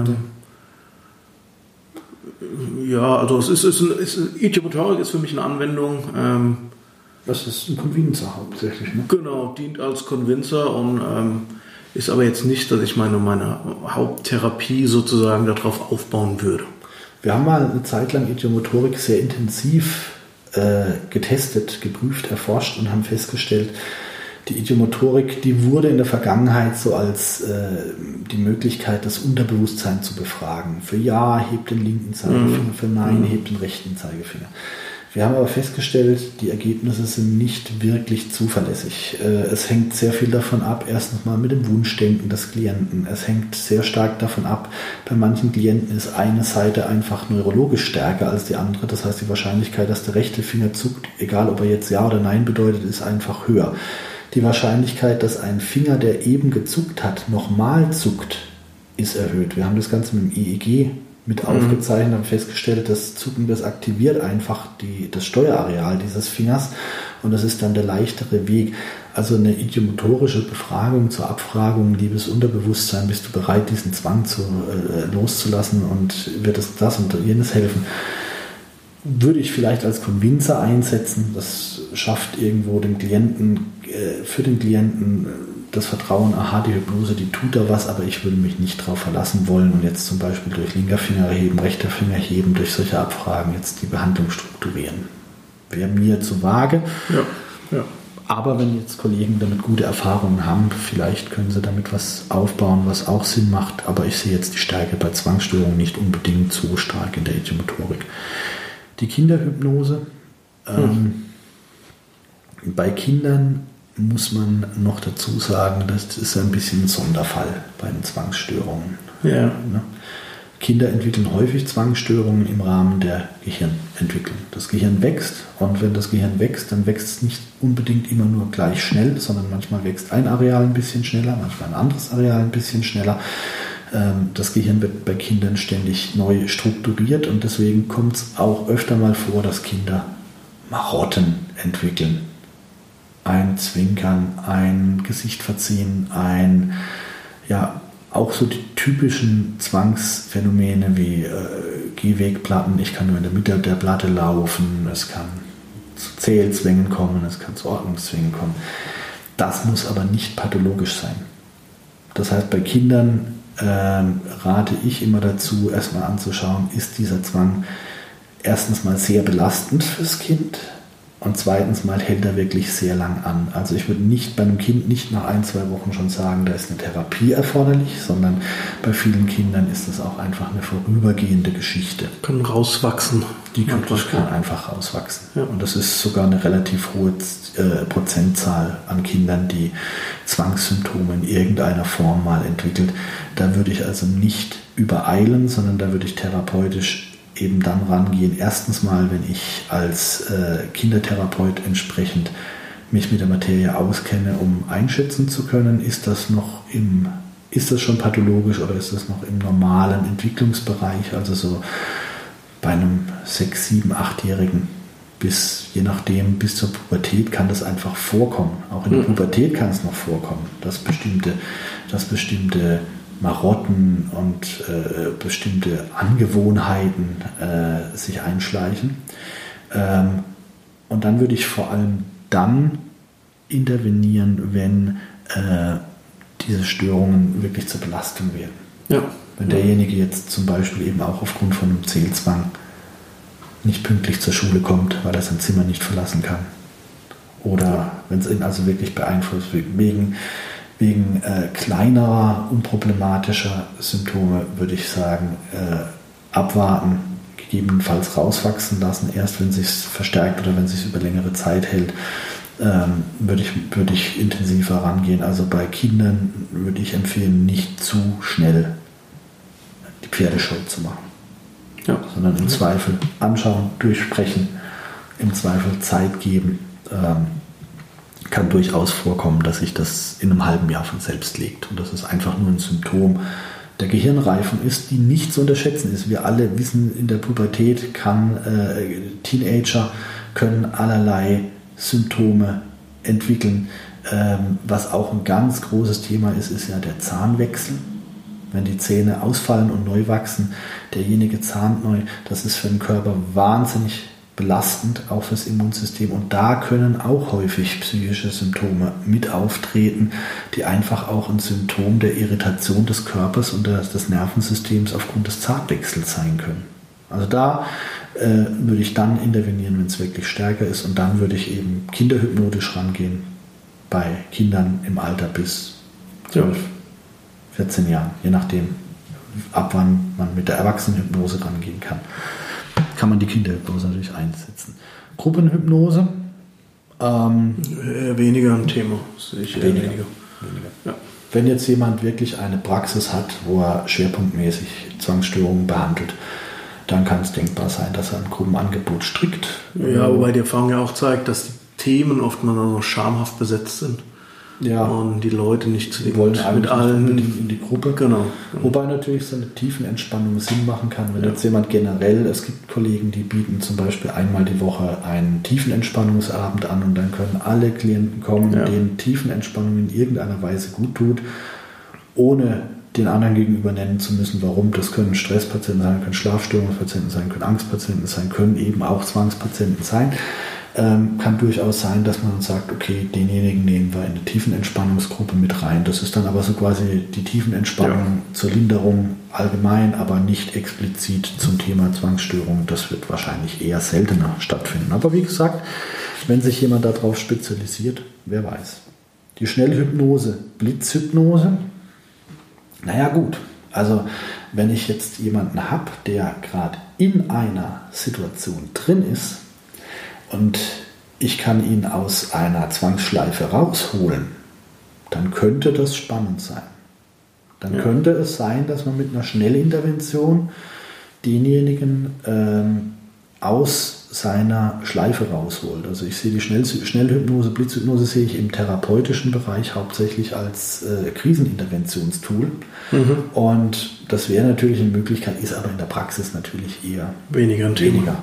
Also Idiomotorik ist für mich eine Anwendung. Das ist ein Convincer hauptsächlich, ne? Genau, dient als Convincer und ist aber jetzt nicht, dass ich meine Haupttherapie sozusagen darauf aufbauen würde. Wir haben mal eine Zeit lang Idiomotorik sehr intensiv getestet, geprüft, erforscht und haben festgestellt, die Idiomotorik, die wurde in der Vergangenheit so als die Möglichkeit, das Unterbewusstsein zu befragen. Für Ja, hebt den linken Zeigefinger, für Nein, hebt den rechten Zeigefinger. Wir haben aber festgestellt, die Ergebnisse sind nicht wirklich zuverlässig. Es hängt sehr viel davon ab, erstens mal mit dem Wunschdenken des Klienten. Es hängt sehr stark davon ab, bei manchen Klienten ist eine Seite einfach neurologisch stärker als die andere. Das heißt, die Wahrscheinlichkeit, dass der rechte Finger zuckt, egal ob er jetzt Ja oder Nein bedeutet, ist einfach höher. Die Wahrscheinlichkeit, dass ein Finger, der eben gezuckt hat, nochmal zuckt, ist erhöht. Wir haben das Ganze mit dem EEG mit aufgezeichnet, haben festgestellt, das Zucken, das aktiviert einfach das Steuerareal dieses Fingers und das ist dann der leichtere Weg. Also eine idiomotorische Befragung zur Abfragung, liebes Unterbewusstsein, bist du bereit, diesen Zwang loszulassen und wird es das und jenes helfen? Würde ich vielleicht als Convincer einsetzen. Das schafft irgendwo für den Klienten das Vertrauen, aha, die Hypnose, die tut da was, aber ich würde mich nicht darauf verlassen wollen und jetzt zum Beispiel durch linker Finger heben, rechter Finger heben, durch solche Abfragen jetzt die Behandlung strukturieren. Wäre mir zu vage. Ja. Aber wenn jetzt Kollegen damit gute Erfahrungen haben, vielleicht können sie damit was aufbauen, was auch Sinn macht. Aber ich sehe jetzt die Stärke bei Zwangsstörungen nicht unbedingt so stark in der Idiomotorik. Die Kinderhypnose. Bei Kindern muss man noch dazu sagen, das ist ein bisschen ein Sonderfall bei den Zwangsstörungen. Ja. Kinder entwickeln häufig Zwangsstörungen im Rahmen der Gehirnentwicklung. Das Gehirn wächst und wenn das Gehirn wächst, dann wächst es nicht unbedingt immer nur gleich schnell, sondern manchmal wächst ein Areal ein bisschen schneller, manchmal ein anderes Areal ein bisschen schneller. Das Gehirn wird bei Kindern ständig neu strukturiert und deswegen kommt es auch öfter mal vor, dass Kinder Marotten entwickeln. Ein Zwinkern, ein Gesicht verziehen, auch so die typischen Zwangsphänomene wie Gehwegplatten, ich kann nur in der Mitte der Platte laufen, es kann zu Zählzwängen kommen, es kann zu Ordnungszwängen kommen. Das muss aber nicht pathologisch sein. Das heißt, bei Kindern rate ich immer dazu, erstmal anzuschauen, ist dieser Zwang erstens mal sehr belastend fürs Kind und zweitens mal hält er wirklich sehr lang an. Also ich würde bei einem Kind nicht nach 1-2 Wochen schon sagen, da ist eine Therapie erforderlich, sondern bei vielen Kindern ist das auch einfach eine vorübergehende Geschichte. Können rauswachsen. Die kann einfach rauswachsen. Ja. Und das ist sogar eine relativ hohe Prozentzahl an Kindern, die Zwangssymptome in irgendeiner Form mal entwickelt. Da würde ich also nicht übereilen, sondern da würde ich therapeutisch eben dann rangehen. Erstens mal, wenn ich als Kindertherapeut entsprechend mich mit der Materie auskenne, um einschätzen zu können, ist das schon pathologisch oder ist das noch im normalen Entwicklungsbereich, also so bei einem 6-, 7-, 8-Jährigen je nachdem bis zur Pubertät kann das einfach vorkommen. Auch in der Pubertät kann es noch vorkommen, dass bestimmte Marotten und bestimmte Angewohnheiten sich einschleichen. Und dann würde ich vor allem dann intervenieren, wenn diese Störungen wirklich zur Belastung werden. Ja. Wenn derjenige jetzt zum Beispiel eben auch aufgrund von einem Zählzwang nicht pünktlich zur Schule kommt, weil er sein Zimmer nicht verlassen kann. Oder wenn es ihn also wirklich beeinflusst, wegen kleinerer, unproblematischer Symptome, würde ich sagen, abwarten, gegebenenfalls rauswachsen lassen. Erst wenn es sich verstärkt oder wenn es sich über längere Zeit hält, würde ich intensiver rangehen. Also bei Kindern würde ich empfehlen, nicht zu schnell die Pferdescheu zu machen. Ja. Sondern im Zweifel anschauen, durchsprechen, im Zweifel Zeit geben. Kann durchaus vorkommen, dass sich das in einem halben Jahr von selbst legt. Und das ist einfach nur ein Symptom der Gehirnreifung ist, die nicht zu unterschätzen ist. Wir alle wissen, in der Pubertät Teenager können allerlei Symptome entwickeln. Was auch ein ganz großes Thema ist ja der Zahnwechsel. Wenn die Zähne ausfallen und neu wachsen, derjenige Zahn neu, das ist für den Körper wahnsinnig belastend, auch fürs Immunsystem. Und da können auch häufig psychische Symptome mit auftreten, die einfach auch ein Symptom der Irritation des Körpers und des Nervensystems aufgrund des Zahnwechsels sein können. Also da würde ich dann intervenieren, wenn es wirklich stärker ist. Und dann würde ich eben kinderhypnotisch rangehen bei Kindern im Alter bis 12, 14 Jahren, je nachdem, ab wann man mit der Erwachsenenhypnose rangehen kann. Kann man die Kinderhypnose natürlich einsetzen. Gruppenhypnose? Weniger ein Thema. Weniger. Ja. Wenn jetzt jemand wirklich eine Praxis hat, wo er schwerpunktmäßig Zwangsstörungen behandelt, dann kann es denkbar sein, dass er ein Gruppenangebot strickt. Ja, wobei die Erfahrung ja auch zeigt, dass die Themen oftmals noch schamhaft besetzt sind. Ja. Und die Leute nicht wollen mit allen in die Gruppe. Genau. Wobei natürlich so eine Tiefenentspannung Sinn machen kann, wenn jetzt jemand generell, es gibt Kollegen, die bieten zum Beispiel einmal die Woche einen Tiefenentspannungsabend an und dann können alle Klienten kommen, denen Tiefenentspannung in irgendeiner Weise gut tut, ohne den anderen gegenüber nennen zu müssen, warum. Das können Stresspatienten sein, können Schlafstörungspatienten sein, können Angstpatienten sein, können eben auch Zwangspatienten sein. Kann durchaus sein, dass man sagt, okay, denjenigen nehmen wir in eine Tiefenentspannungsgruppe mit rein. Das ist dann aber so quasi die Tiefenentspannung zur Linderung allgemein, aber nicht explizit zum Thema Zwangsstörung. Das wird wahrscheinlich eher seltener stattfinden. Aber wie gesagt, wenn sich jemand darauf spezialisiert, wer weiß. Die Schnellhypnose, Blitzhypnose, naja gut, also wenn ich jetzt jemanden habe, der gerade in einer Situation drin ist und ich kann ihn aus einer Zwangsschleife rausholen, dann könnte das spannend sein. Dann könnte es sein, dass man mit einer Schnellintervention denjenigen aus seiner Schleife rausholt. Also ich sehe die Schnellhypnose, Blitzhypnose sehe ich im therapeutischen Bereich hauptsächlich als Kriseninterventionstool. Und das wäre natürlich eine Möglichkeit, ist aber in der Praxis natürlich eher weniger ein Thema.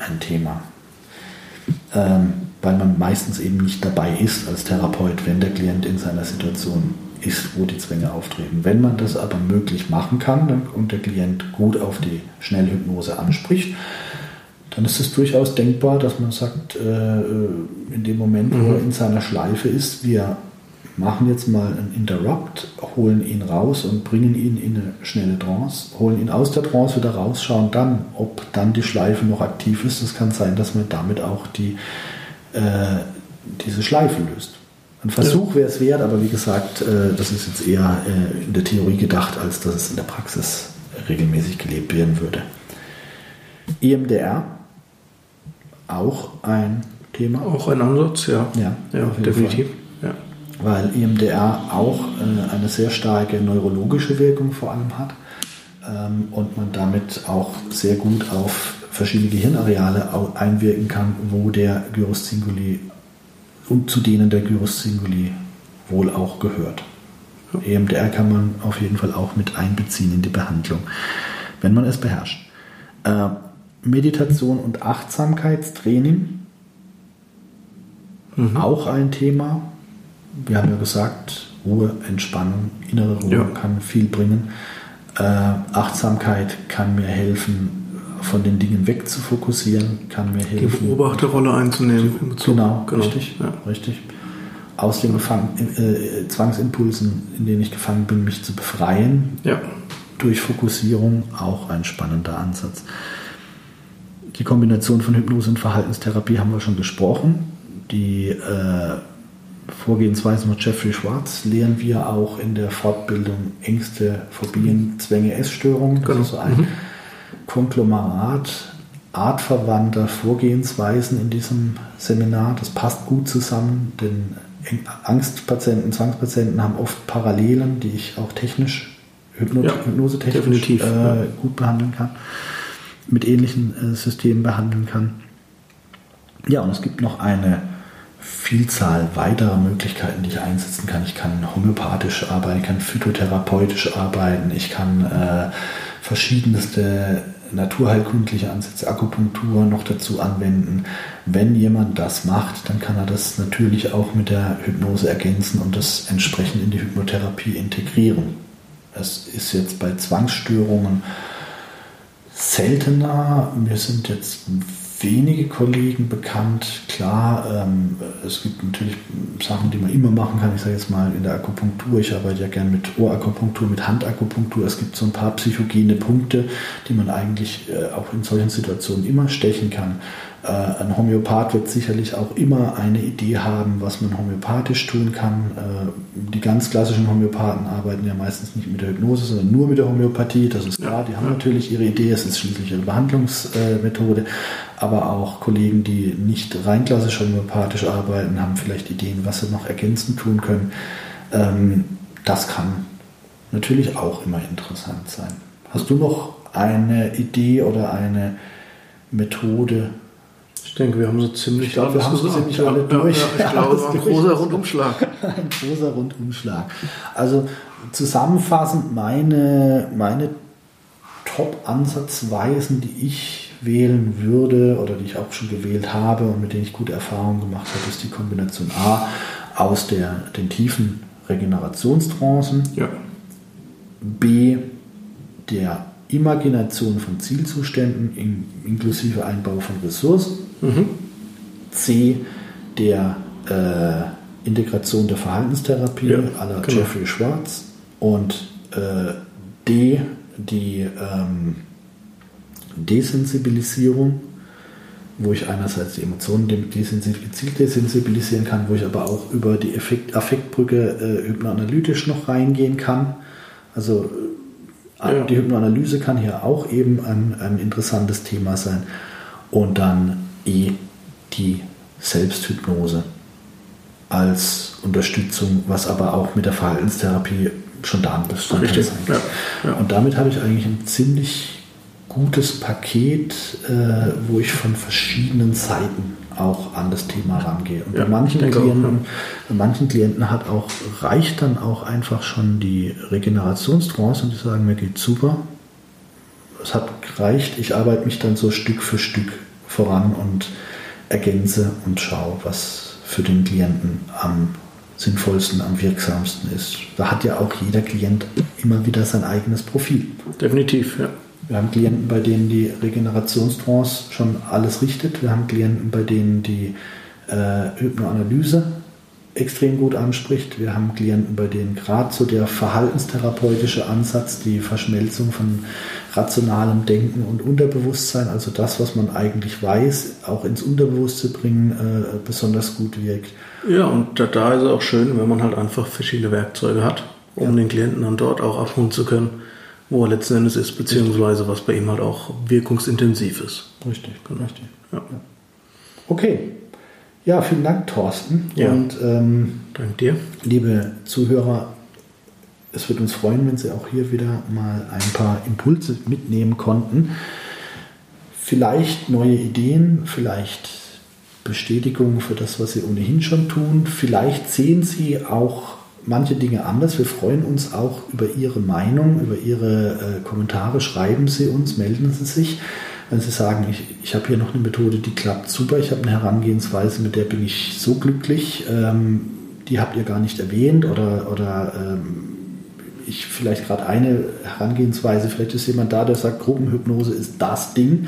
Weil man meistens eben nicht dabei ist als Therapeut, wenn der Klient in seiner Situation ist, wo die Zwänge auftreten. Wenn man das aber möglich machen kann und der Klient gut auf die Schnellhypnose anspricht, dann ist es durchaus denkbar, dass man sagt, in dem Moment, wo er in seiner Schleife ist, wir machen jetzt mal einen Interrupt, holen ihn raus und bringen ihn in eine schnelle Trance, holen ihn aus der Trance wieder raus, schauen dann, ob dann die Schleife noch aktiv ist. Es kann sein, dass man damit auch diese Schleife löst. Ein Versuch wäre es wert, aber wie gesagt, das ist jetzt eher in der Theorie gedacht, als dass es in der Praxis regelmäßig gelebt werden würde. EMDR, auch ein Thema. Auch ein Ansatz, ja definitiv. Ja. Weil EMDR auch eine sehr starke neurologische Wirkung vor allem hat und man damit auch sehr gut auf verschiedene Gehirnareale einwirken kann, wo der Gyrus Singuli und zu denen der Gyrus Singuli wohl auch gehört. EMDR kann man auf jeden Fall auch mit einbeziehen in die Behandlung, wenn man es beherrscht. Meditation und Achtsamkeitstraining, auch ein Thema. Wir haben ja gesagt, Ruhe, Entspannung, innere Ruhe kann viel bringen. Achtsamkeit kann mir helfen, von den Dingen weg zu fokussieren, kann mir helfen, die Beobachterrolle einzunehmen. Genau. Richtig. Aus den Zwangsimpulsen, in denen ich gefangen bin, mich zu befreien. Ja. Durch Fokussierung, auch ein spannender Ansatz. Die Kombination von Hypnose und Verhaltenstherapie haben wir schon besprochen. Die Vorgehensweisen von Jeffrey Schwartz lehren wir auch in der Fortbildung Ängste, Phobien, Zwänge, Essstörungen. Das ist so ein Konglomerat artverwandter Vorgehensweisen in diesem Seminar. Das passt gut zusammen, denn Angstpatienten, Zwangspatienten haben oft Parallelen, die ich auch technisch, hypnosetechnisch gut behandeln kann, mit ähnlichen Systemen behandeln kann. Ja, und es gibt noch eine Vielzahl weiterer Möglichkeiten, die ich einsetzen kann. Ich kann homöopathisch arbeiten, ich kann phytotherapeutisch arbeiten, ich kann verschiedenste naturheilkundliche Ansätze, Akupunktur noch dazu anwenden. Wenn jemand das macht, dann kann er das natürlich auch mit der Hypnose ergänzen und das entsprechend in die Hypnotherapie integrieren. Es ist jetzt bei Zwangsstörungen seltener. Mir sind jetzt wenige Kollegen bekannt. Klar, es gibt natürlich Sachen, die man immer machen kann. Ich sage jetzt mal in der Akupunktur. Ich arbeite ja gern mit Ohrakupunktur, mit Handakupunktur. Es gibt so ein paar psychogene Punkte, die man eigentlich auch in solchen Situationen immer stechen kann. Ein Homöopath wird sicherlich auch immer eine Idee haben, was man homöopathisch tun kann. Die ganz klassischen Homöopathen arbeiten ja meistens nicht mit der Hypnose, sondern nur mit der Homöopathie. Das ist klar, die haben natürlich ihre Idee, es ist schließlich ihre Behandlungsmethode. Aber auch Kollegen, die nicht rein klassisch homöopathisch arbeiten, haben vielleicht Ideen, was sie noch ergänzend tun können. Das kann natürlich auch immer interessant sein. Hast du noch eine Idee oder eine Methode? Ich denke, wir haben so ziemlich alle durch. Ich glaube, es war ein großer Rundumschlag. Ein großer Rundumschlag. Also zusammenfassend meine Top-Ansatzweisen, die ich wählen würde oder die ich auch schon gewählt habe und mit denen ich gute Erfahrungen gemacht habe, ist die Kombination A aus den tiefen Regenerationstrancen, B der Imagination von Zielzuständen inklusive Einbau von Ressourcen, C der Integration der Verhaltenstherapie à la Jeffrey Schwartz und D die Desensibilisierung wo ich einerseits die Emotionen gezielt desensibilisieren kann, wo ich aber auch über die Affektbrücke hypnoanalytisch noch reingehen kann. Also die Hypnoanalyse kann hier auch eben ein interessantes Thema sein. Und dann die Selbsthypnose als Unterstützung, was aber auch mit der Verhaltenstherapie schon da ist. Richtig. Ja. Und damit habe ich eigentlich ein ziemlich gutes Paket, wo ich von verschiedenen Seiten auch an das Thema rangehe. Und bei manchen Klienten reicht dann auch einfach schon die Regenerationstrance und die sagen, mir geht's super. Es hat gereicht, ich arbeite mich dann so Stück für Stück voran und ergänze und schaue, was für den Klienten am sinnvollsten, am wirksamsten ist. Da hat ja auch jeder Klient immer wieder sein eigenes Profil. Definitiv, ja. Wir haben Klienten, bei denen die Regenerationstrance schon alles richtet. Wir haben Klienten, bei denen die Hypnoanalyse extrem gut anspricht. Wir haben Klienten, bei denen gerade so der verhaltenstherapeutische Ansatz, die Verschmelzung von rationalem Denken und Unterbewusstsein, also das, was man eigentlich weiß, auch ins Unterbewusste bringen, besonders gut wirkt. Ja, und da ist es auch schön, wenn man halt einfach verschiedene Werkzeuge hat, um den Klienten dann dort auch abholen zu können, wo er letzten Endes ist, beziehungsweise was bei ihm halt auch wirkungsintensiv ist. Richtig. Ja. Okay. Ja, vielen Dank, Thorsten. Ja. Und danke dir. Liebe Zuhörer, es würde uns freuen, wenn Sie auch hier wieder mal ein paar Impulse mitnehmen konnten. Vielleicht neue Ideen, vielleicht Bestätigung für das, was Sie ohnehin schon tun. Vielleicht sehen Sie auch manche Dinge anders. Wir freuen uns auch über Ihre Meinung, über Ihre Kommentare. Schreiben Sie uns, melden Sie sich. Wenn Sie sagen, ich habe hier noch eine Methode, die klappt super, ich habe eine Herangehensweise, mit der bin ich so glücklich, die habt ihr gar nicht erwähnt oder ich vielleicht gerade eine Herangehensweise, vielleicht ist jemand da, der sagt, Gruppenhypnose ist das Ding.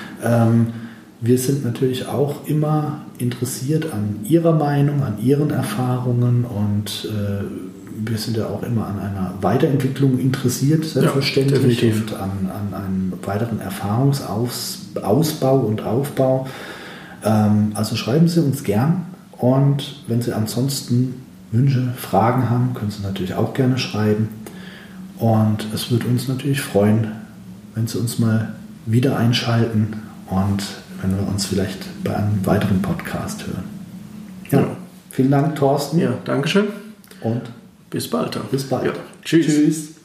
Wir sind natürlich auch immer interessiert an Ihrer Meinung, an Ihren Erfahrungen und wir sind ja auch immer an einer Weiterentwicklung interessiert, selbstverständlich, und an einem weiteren Erfahrungsausbau und Aufbau. Also schreiben Sie uns gern und wenn Sie ansonsten Wünsche, Fragen haben, können Sie natürlich auch gerne schreiben. Und es würde uns natürlich freuen, wenn Sie uns mal wieder einschalten und wenn wir uns vielleicht bei einem weiteren Podcast hören. Ja. Vielen Dank, Thorsten. Ja, Dankeschön. Und bis bald. Bis bald. Ja. Tschüss.